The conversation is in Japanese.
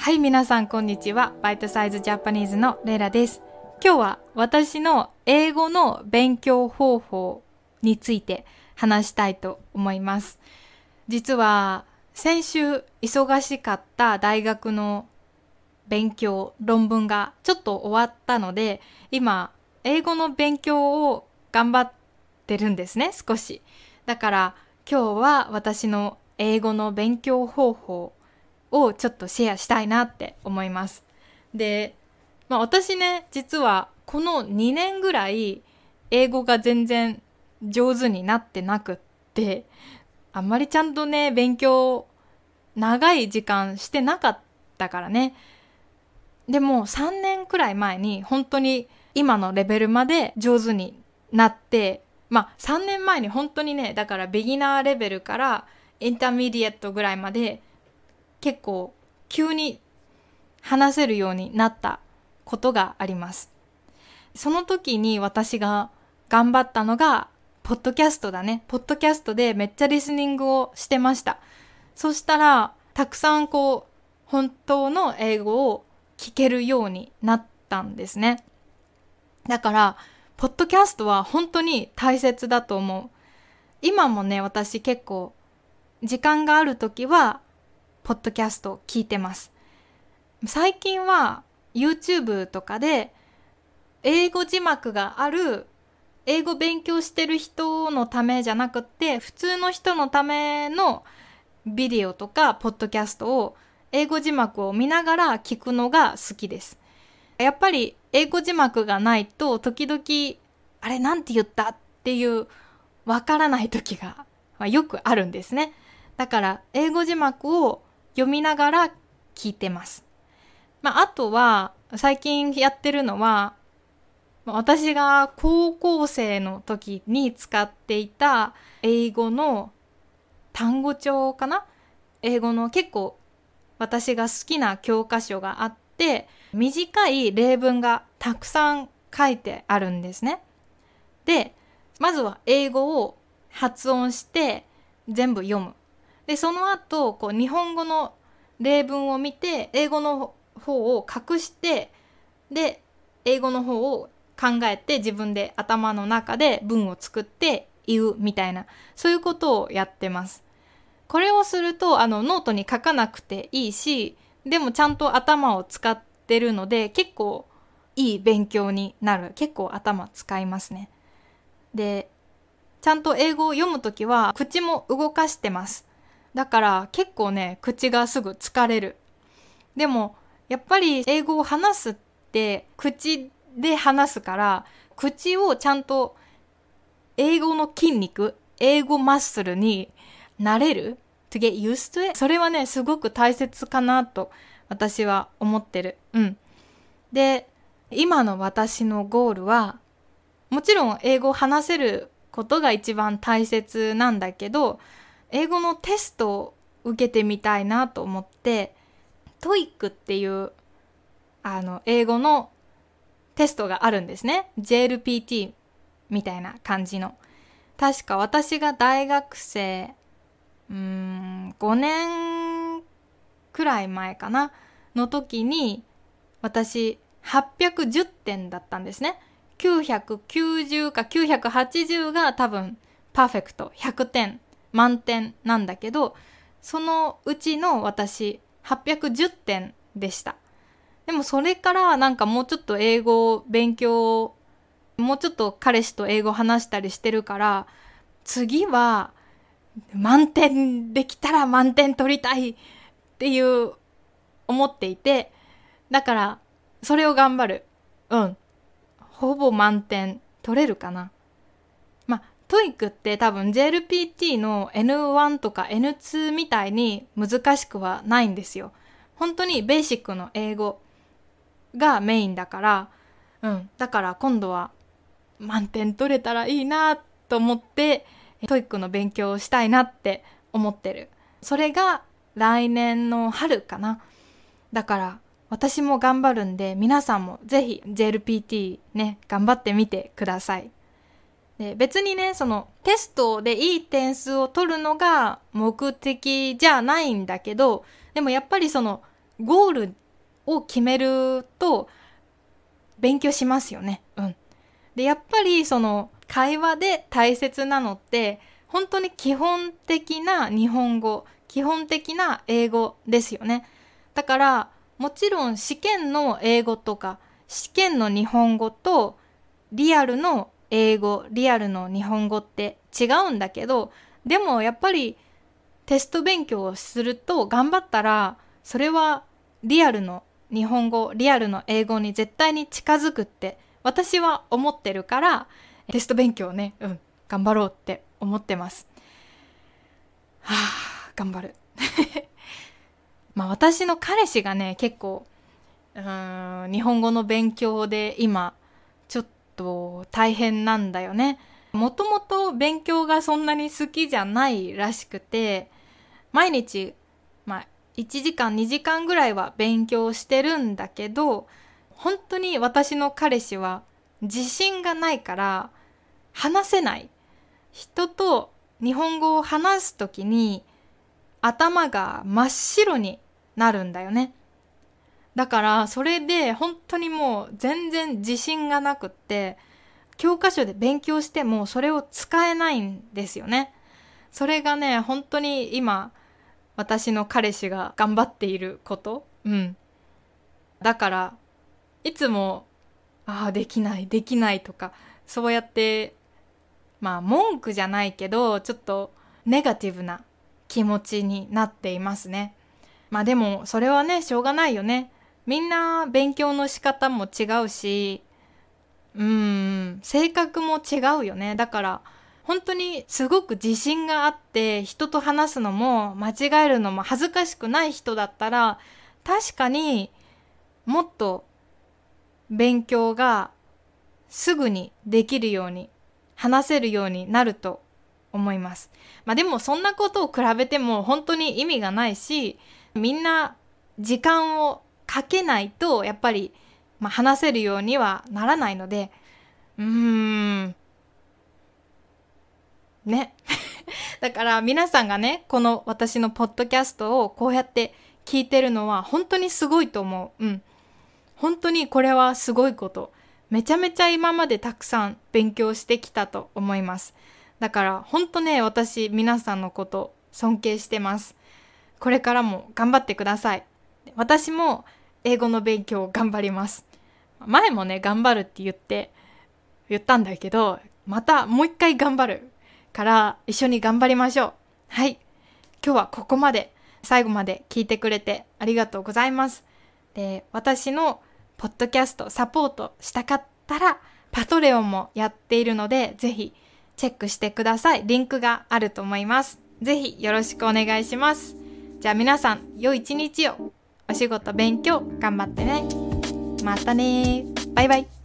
はい、皆さんこんにちは。バイトサイズジャパニーズのレイラです。今日は私の英語の勉強方法について話したいと思います。実は先週忙しかった大学の勉強、論文がちょっと終わったので、今英語の勉強を頑張ってるんですね、少し。だから今日は私の英語の勉強方法をちょっとシェアしたいなって思います。で、私ね、実はこの2年ぐらい英語が全然上手になってなくって、あんまりちゃんとね、勉強長い時間してなかったからね。でも3年くらい前に本当に今のレベルまで上手になって、3年前に本当にね、だからビギナーレベルからインターミディエットぐらいまで結構急に話せるようになったことがあります。その時に私が頑張ったのがポッドキャストだね。ポッドキャストでめっちゃリスニングをしてました。そしたらたくさん本当の英語を聞けるようになったんですね。だからポッドキャストは本当に大切だと思う。今もね、私結構時間がある時はポッドキャスト聞いてます。最近は YouTube とかで英語字幕がある英語勉強してる人のためじゃなくって普通の人のためのビデオとかポッドキャストを英語字幕を見ながら聞くのが好きです。やっぱり英語字幕がないと時々あれなんて言ったっていうわからない時がよくあるんですね。だから英語字幕を読みながら聞いてます。あとは最近やってるのは私が高校生の時に使っていた英語の単語帳かな？英語の結構私が好きな教科書があって短い例文がたくさん書いてあるんですね。で、まずは英語を発音して全部読む。で、その後日本語の例文を見て英語の方を隠してで英語の方を考えて自分で頭の中で文を作って言うみたいなそういうことをやってます。これをするとノートに書かなくていいしでもちゃんと頭を使ってるので結構いい勉強になる。結構頭使いますね。で、ちゃんと英語を読むときは口も動かしてます。だから結構ね、口がすぐ疲れる。でもやっぱり英語を話すって口で話すから口をちゃんと英語の筋肉、英語マッスルになれる to get used to it それはね、すごく大切かなと私は思ってる。で、今の私のゴールはもちろん英語を話せることが一番大切なんだけど英語のテストを受けてみたいなと思って TOEIC っていう英語のテストがあるんですね。 JLPT みたいな感じの。確か私が大学生5年くらい前かなの時に私810点だったんですね。990か980が多分パーフェクト100点満点なんだけどそのうちの私810点でした。でもそれからなんかもうちょっと英語を勉強もうちょっと彼氏と英語話したりしてるから次は満点できたら満点取りたいっていう思っていてだからそれを頑張る。ほぼ満点取れるかな。TOEIC って多分 JLPT の N1 とか N2 みたいに難しくはないんですよ。本当にベーシックの英語がメインだから、だから今度は満点取れたらいいなと思って TOEIC の勉強をしたいなって思ってる。それが来年の春かな。だから私も頑張るんで皆さんもぜひ JLPT ね頑張ってみてください。で、別にねそのテストでいい点数を取るのが目的じゃないんだけどでもやっぱりそのゴールを決めると勉強しますよね。で、やっぱりその会話で大切なのって本当に基本的な日本語、基本的な英語ですよね。だからもちろん試験の英語とか試験の日本語とリアルの英語、リアルの日本語って違うんだけど、でもやっぱりテスト勉強をすると頑張ったらそれはリアルの日本語、リアルの英語に絶対に近づくって私は思ってるから、テスト勉強をね、頑張ろうって思ってます。頑張る。私の彼氏がね、結構日本語の勉強で今ちょっと大変なんだよね。もともと勉強がそんなに好きじゃないらしくて、毎日1時間2時間ぐらいは勉強してるんだけど、本当に私の彼氏は自信がないから話せない。人と日本語を話すときに頭が真っ白になるんだよね。だからそれで本当にもう全然自信がなくって、教科書で勉強してもそれを使えないんですよね。それがね、本当に今私の彼氏が頑張っていること。だからいつもできないとか、そうやって文句じゃないけどちょっとネガティブな気持ちになっていますね。でもそれはね、しょうがないよね。みんな勉強の仕方も違うし、性格も違うよね。だから本当にすごく自信があって人と話すのも間違えるのも恥ずかしくない人だったら、確かにもっと勉強がすぐにできるように話せるようになると思います。でもそんなことを比べても本当に意味がないし、みんな時間をかけないとやっぱり、話せるようにはならないので、ね。だから皆さんがね、この私のポッドキャストをこうやって聞いてるのは本当にすごいと思う。本当にこれはすごいこと。めちゃめちゃ今までたくさん勉強してきたと思います。だから本当ね、私皆さんのこと尊敬してます。これからも頑張ってください。私も英語の勉強を頑張ります。前もね、頑張るって言ったんだけど、またもう一回頑張るから一緒に頑張りましょう。はい。今日はここまで、最後まで聞いてくれてありがとうございます。で、私のポッドキャストサポートしたかったら、パトレオンもやっているので、ぜひチェックしてください。リンクがあると思います。ぜひよろしくお願いします。じゃあ皆さん、良い一日を。お仕事勉強頑張ってね。またね。バイバイ。